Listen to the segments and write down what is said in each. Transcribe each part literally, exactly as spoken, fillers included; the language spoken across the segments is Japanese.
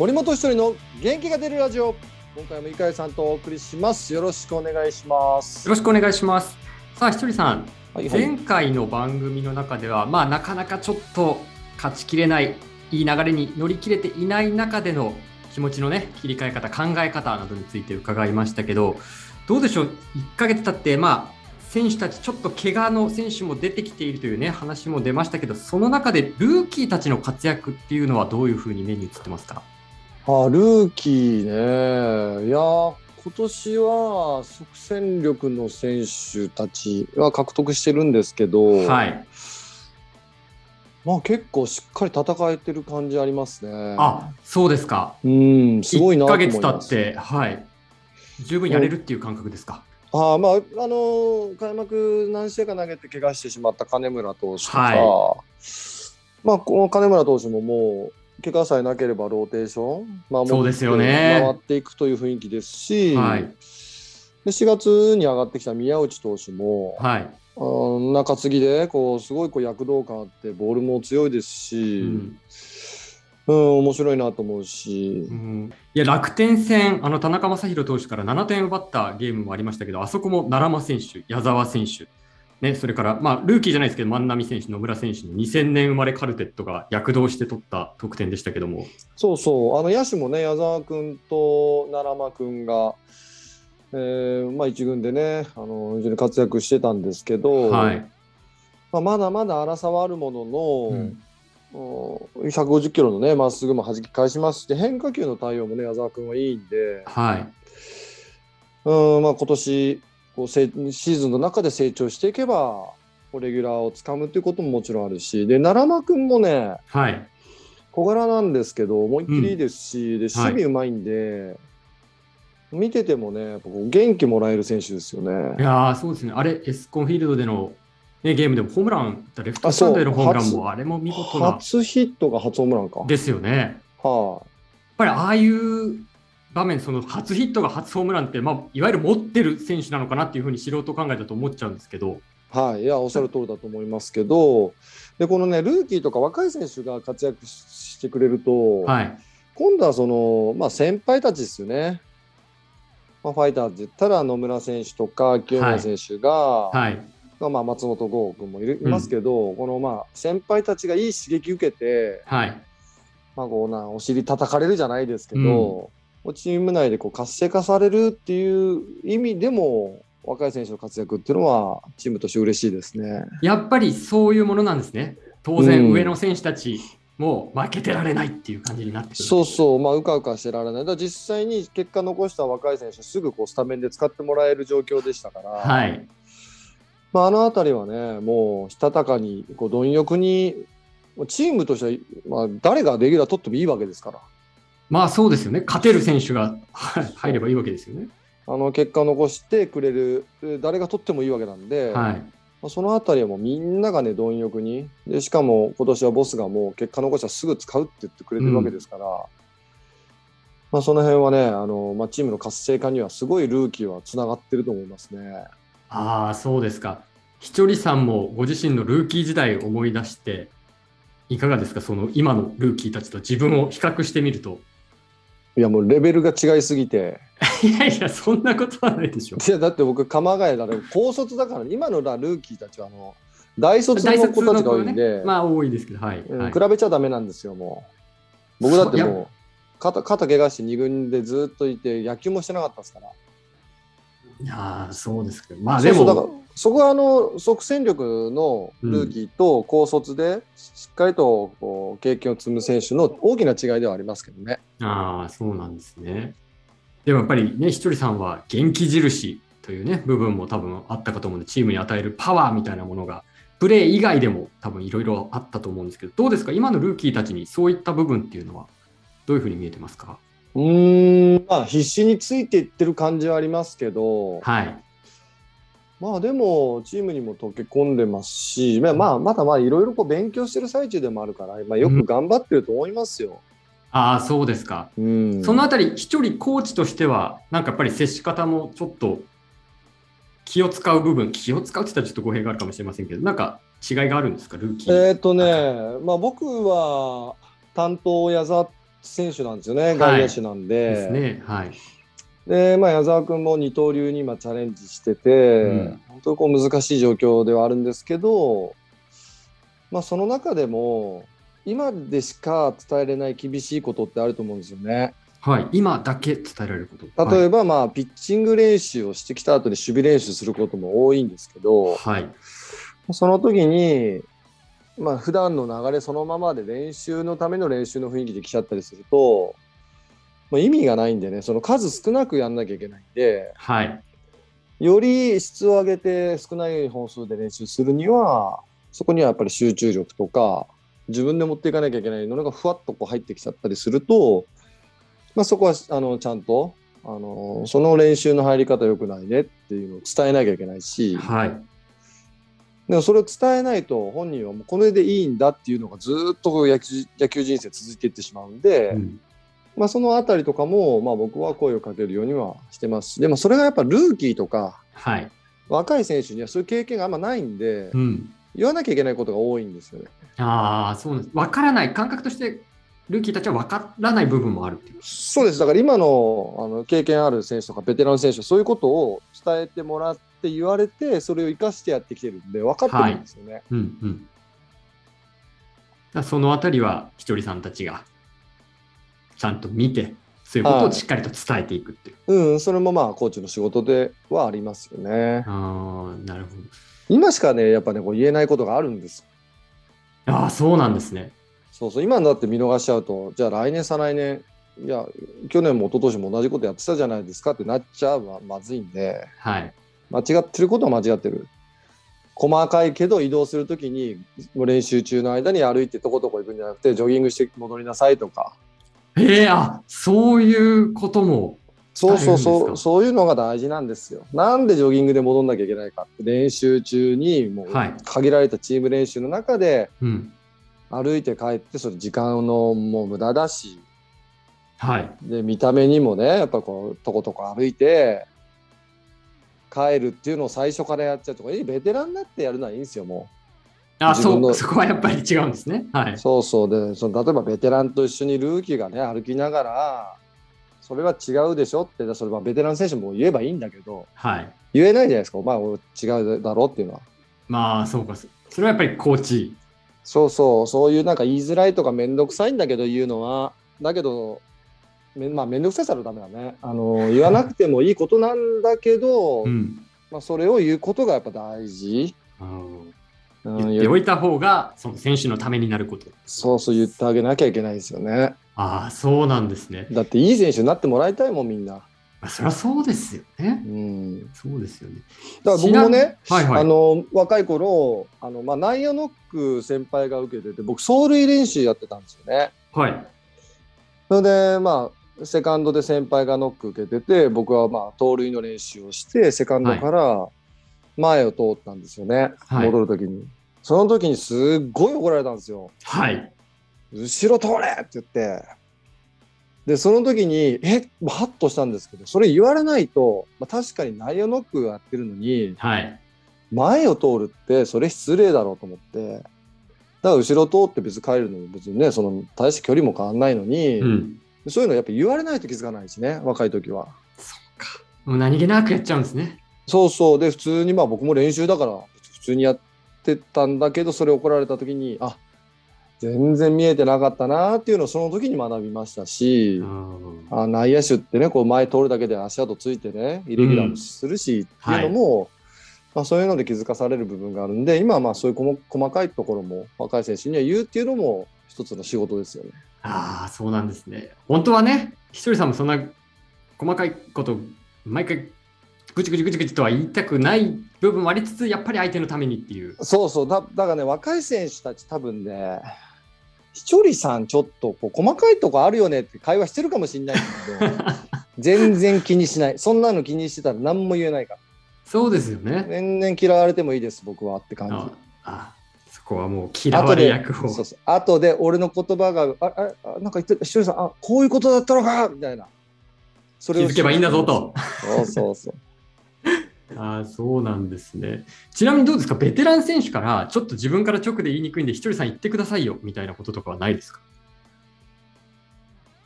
森本一人の元気が出るラジオ、今回も井上さんとお送りします。よろしくお願いします。 よろしくお願いします。さあ、ひとりさん、 はいはい、 前回の番組の中では、まあ、なかなかちょっと勝ちきれない、いい流れに乗り切れていない中での気持ちのね、切り替え方、考え方などについて伺いましたけど、どうでしょう、いっかげつ経って、まあ、選手たち、ちょっと怪我の選手も出てきているというね、話も出ましたけど、その中でルーキーたちの活躍っていうのはどういうふうに目に映ってますか？ あ、ルーキーね。いや、今年は即戦力の選手たちは獲得してるんですけど、 はい。 まあ結構しっかり戦えてる感じありますね。 あ、そうですか。 うん、すごいなと思います。 いっかげつ経って、はい。十分やれるっていう感覚ですか？ あまあ、あの開幕何試合か投げて怪我してしまった金村投手とか、 はい、 まあ、この金村投手ももう怪我さえなければローテーション守そうですよね。 回っていくという雰囲気ですし、 はい、 でしがつに上がってきた宮内投手も、 はい、 あ中継ぎでこうすごいこう躍動感あってボールも強いですし、 うんうん、面白いなと思うし、 うん、いや楽天戦、あの田中将大投手からななてん奪ったゲームもありましたけど、あそこも奈良間選手、矢澤選手、ね、それから、まあ、ルーキーじゃないですけど、万波選手、野村選手のにせんねん生まれカルテットが躍動して取った得点でしたけども。 そうそう、あの野手もね、矢澤君と奈良間君が、えーまあ、一軍でね、あの非常に活躍してたんですけど、 はいまあ、まだまだ荒さはあるものの、 うん、 ひゃくごじゅっキロのねまっすぐも弾き返しますし、変化球の対応もね矢澤君はいいんで、 はい、 うん、まあ、今年こうシーズンの中で成長していけばレギュラーをつかむということももちろんあるし、で奈良間君もね、 はい、 小柄なんですけど思いっきりいいですし、うん、で守備うまいんで、はい、見ててもね元気もらえる選手ですよね。 いやそうですね、あれエスコンフィールドでのね、ゲームでもホームラン、レフトスタンドへのホームランもあれも見事な。 初ヒットが初ホームランか。 ですよね。 はあ、 やっぱりああいう場面、その初ヒットが初ホームランって、まあ、いわゆる持ってる選手なのかなっていうふうに素人考えだと思っちゃうんですけど。 はい、いやおっしゃる通りだと思いますけど、でこのねルーキーとか若い選手が活躍してくれると、 はい、 今度はその、まあ、先輩たちですよね。まあ、ファイターズで言ったら野村選手とか清宮選手が、はいはいまあ、松本剛君もいる、いますけど、うん、このまあ先輩たちがいい刺激受けて、 はいまあ、こうなお尻叩かれるじゃないですけど、うん、チーム内でこう活性化されるっていう意味でも若い選手の活躍っていうのはチームとして嬉しいですね。 やっぱりそういうものなんですね。当然上の選手たちも負けてられないっていう感じになってくる、 うん、そうそう、まあ、うかうかしてられない。だから実際に結果残した若い選手すぐこうスタメンで使ってもらえる状況でしたから、 はいまあ、あのあたりはねもうしたたかにこう貪欲にチームとしては、まあ、誰がレギュラー取ってもいいわけですから。まあそうですよね。勝てる選手が入ればいいわけですよね。 あの結果を残してくれる誰が取ってもいいわけなんで、はいまあ、そのあたりはもうみんながね貪欲にで、しかも今年はボスがもう結果残したらすぐ使うって言ってくれてるわけですから、うんまあ、その辺はねあの、まあ、チームの活性化にはすごいルーキーはつながってると思いますね。 ああそうですか。ひとりさんもご自身のルーキー時代を思い出していかがですか？その今のルーキーたちと自分を比較してみると。 いやもうレベルが違いすぎていやいやそんなことはないでしょ。 いやだって僕鎌ヶ谷だから高卒だから、ね、今のルーキーたちはあの大卒の子たちが多いんで、 ね、まあ多いですけど、はい、 うんはい、 比べちゃダメなんですよ。もう僕だってもう肩肩怪我してに軍でずっといて野球もしてなかったですから。 いやそうですけど、まあでもそうそうだからそこはあの即戦力のルーキーと高卒でしっかりとこう経験を積む選手の大きな違いではありますけどね。 ああそうなんですね。でもやっぱりね、ひとりさんは元気印というね部分も多分あったかと思うので、チームに与えるパワーみたいなものがプレー以外でも多分いろいろあったと思うんですけど、どうですか今のルーキーたちにそういった部分っていうのはどういうふうに見えてますか？ うーん、まあ必死についていってる感じはありますけど、 はい、 まあでもチームにも溶け込んでますし、まあまだまだいろいろ勉強してる最中でもあるから、まあ、よく頑張ってると思いますよ。うん、 ああそうですか。うん、そのあたり一人コーチとしてはなんかやっぱり接し方もちょっと気を使う部分、気を使うって言ったらちょっと語弊があるかもしれませんけど、なんか違いがあるんですかルーキー？ えっとね、まあ僕は担当矢沢選手なんですよね、外野手なんで。 はい、ですね。はい。 で、まあ、矢澤君も二刀流に今チャレンジしてて、うん、本当にこう難しい状況ではあるんですけど、まあ、その中でも今でしか伝えれない厳しいことってあると思うんですよね。 はい、今だけ伝えられること。 例えば、まあ、ピッチング練習をしてきた後に守備練習することも多いんですけど、 はい、 その時に、まあ、普段の流れそのままで練習のための練習の雰囲気で来ちゃったりすると、まあ、意味がないんでね、その数少なくやんなきゃいけないんで、 はい、 より質を上げて少ない本数で練習するには、そこにはやっぱり集中力とか自分で持っていかなきゃいけないのがふわっとこう入ってきちゃったりすると、まあ、そこはあのちゃんとあのその練習の入り方良くないねっていうのを伝えなきゃいけないし、 はい、 でもそれを伝えないと本人はもうこれでいいんだっていうのがずっと野球、野球人生続いていってしまうんで、うん、まあ、そのあたりとかも、まあ、僕は声をかけるようにはしてますし、でもそれがやっぱルーキーとか、 はい、 若い選手にはそういう経験があんまないんで、うん、言わなきゃいけないことが多いんですよね。 ああ、そうなんです。分からない感覚としてルーキーたちは分からない部分もあるっていう。 そうです。だから今の、あの経験ある選手とかベテラン選手はそういうことを伝えてもらって言われて、それを生かしてやってきてるんで分かってるんですよね。はい、 うんうん、だそのあたりはひとりさんたちがちゃんと見て、そういうことをしっかりと伝えていくっていう。 はい、うん、それもまあコーチの仕事ではありますよね。 ああ、なるほど。 今しかね、やっぱね、こう言えないことがあるんです。 ああ、そうなんですね。 そうそう、今だって見逃しちゃうと、じゃあ来年再来年、いや去年も一昨年も同じことやってたじゃないですかってなっちゃうのはまずいんで、 はい、 間違ってることは間違ってる。細かいけど移動するときに練習中の間に歩いてとことこ行くんじゃなくてジョギングして戻りなさいとか。 えー、あ、そういうこともそうそうそう、そういうのが大事なんですよ。なんでジョギングで戻んなきゃいけないかって、練習中にもう限られたチーム練習の中で歩いて帰って、それ時間のもう無駄だし、 はい、 で見た目にもねやっぱこうとことこ歩いて帰るっていうのを最初からやっちゃうとか、ベテランになってやるのはいいんですよ。もうあ、そうそこはやっぱり違うんですね。はい、 そうそうで、その例えばベテランと一緒にルーキーがね歩きながらそれは違うでしょって、それはベテラン選手も言えばいいんだけど、 はい、 言えないじゃないですか。お前違うだろっていうのは。 まあそうか、それはやっぱりコーチ。 そうそう、そういうなんか言いづらいとかめんどくさいんだけど言うのは、だけどめ、まあ、めんどくささはダメだね。あの言わなくてもいいことなんだけど、うん、まあ、それを言うことがやっぱ大事。 うん、言っておいた方がその選手のためになること。 そうそう、言ってあげなきゃいけないですよね。 ああ、そうなんですね。 だっていい選手になってもらいたいもん、みんな。 あ、そりゃそうですよね。 うん、 そうですよね。 だから僕もね、 はいはい、 あの若い頃あの、まあ、内野ノック先輩が受けてて、僕走塁練習やってたんですよね。 はい。 それでまあセカンドで先輩がノック受けてて、僕はまあ盗塁の練習をしてセカンドから前を通ったんですよね、はい、戻るときに。その時にすっごい怒られたんですよ。 はい。 後ろ通れって言って。でその時にえハッとしたんですけど、それ言われないと、まあ、確かに内野ノックやってるのに、 はい、 前を通るってそれ失礼だろうと思って、だから後ろ通って別に帰るのも別にね、その大して距離も変わんないのに、うん、そういうのやっぱ言われないと気づかないしね、若い時は。 そうか、もう何気なくやっちゃうんですね。 そうそう、で普通にまあ僕も練習だから普通にやってたんだけど、それ怒られた時にあ全然見えてなかったなっていうのをその時に学びましたし、あ内野手ってね、こう前通るだけで足跡ついてねイレギュラーもするし、うん、っていうのも、はい、まあ、そういうので気づかされる部分があるんで、今はまあそういう細かいところも若い選手には言うっていうのも一つの仕事ですよね。 ああ、そうなんですね。本当はね、ひとりさんもそんな細かいこと毎回ぐちぐちぐちぐちとは言いたくない部分もありつつ、やっぱり相手のためにっていう。そうそう、だ, だからね、若い選手たち多分ね、ひとりさんちょっとこう細かいとこあるよねって会話してるかもしれないんだけど全然気にしない。そんなの気にしてたら何も言えないから。そうですよね。全然嫌われてもいいです僕はって感じ。ああ、そこはもう嫌われ役を。そうそう、後で俺の言葉があああなんか言って、ひとりさんあこういうことだったのかみたいな、それを気づけばいいんだぞと。そうそうそうあ、そうなんですね。ちなみにどうですか、ベテラン選手からちょっと自分から直で言いにくいんでひとりさん言ってくださいよみたいなこととかはないですか？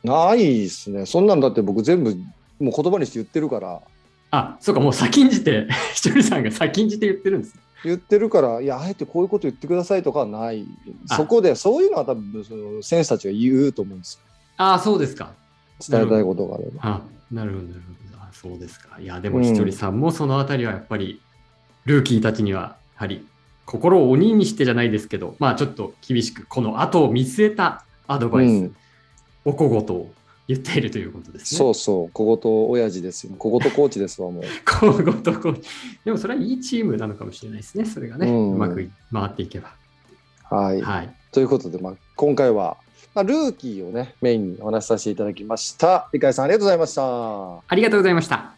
ないですね。そんなんだって僕全部もう言葉にして言ってるから。 あ、そうか、もう先んじて、ひとりさんが先んじて言ってるんです。 言ってるから、いや、あえてこういうこと言ってくださいとかはない。そこで、そういうのは多分その選手たちが言うと思うんですよ。 ああ、そうですか。 伝えたいことがあれば。 あ、なるほど、なるほど。あ、そうですか。いや、でもひとりさんもそのあたりはやっぱり、ルーキーたちには、やはり、心を鬼にしてじゃないですけど、まあちょっと厳しく、この後を見据えたアドバイス、うん、お小言を言っているということですね。 そうそう、小言親父ですよ。小言コーチですわ、もう。 小言コーチ。でもそれはいいチームなのかもしれないですね。それがね、うん、うまく回っていけば。 はい。はい、ということで、まあ、今回は、まあ、ルーキーをね、メインにお話しさせていただきました。理解さん、ありがとうございました。 ありがとうございました。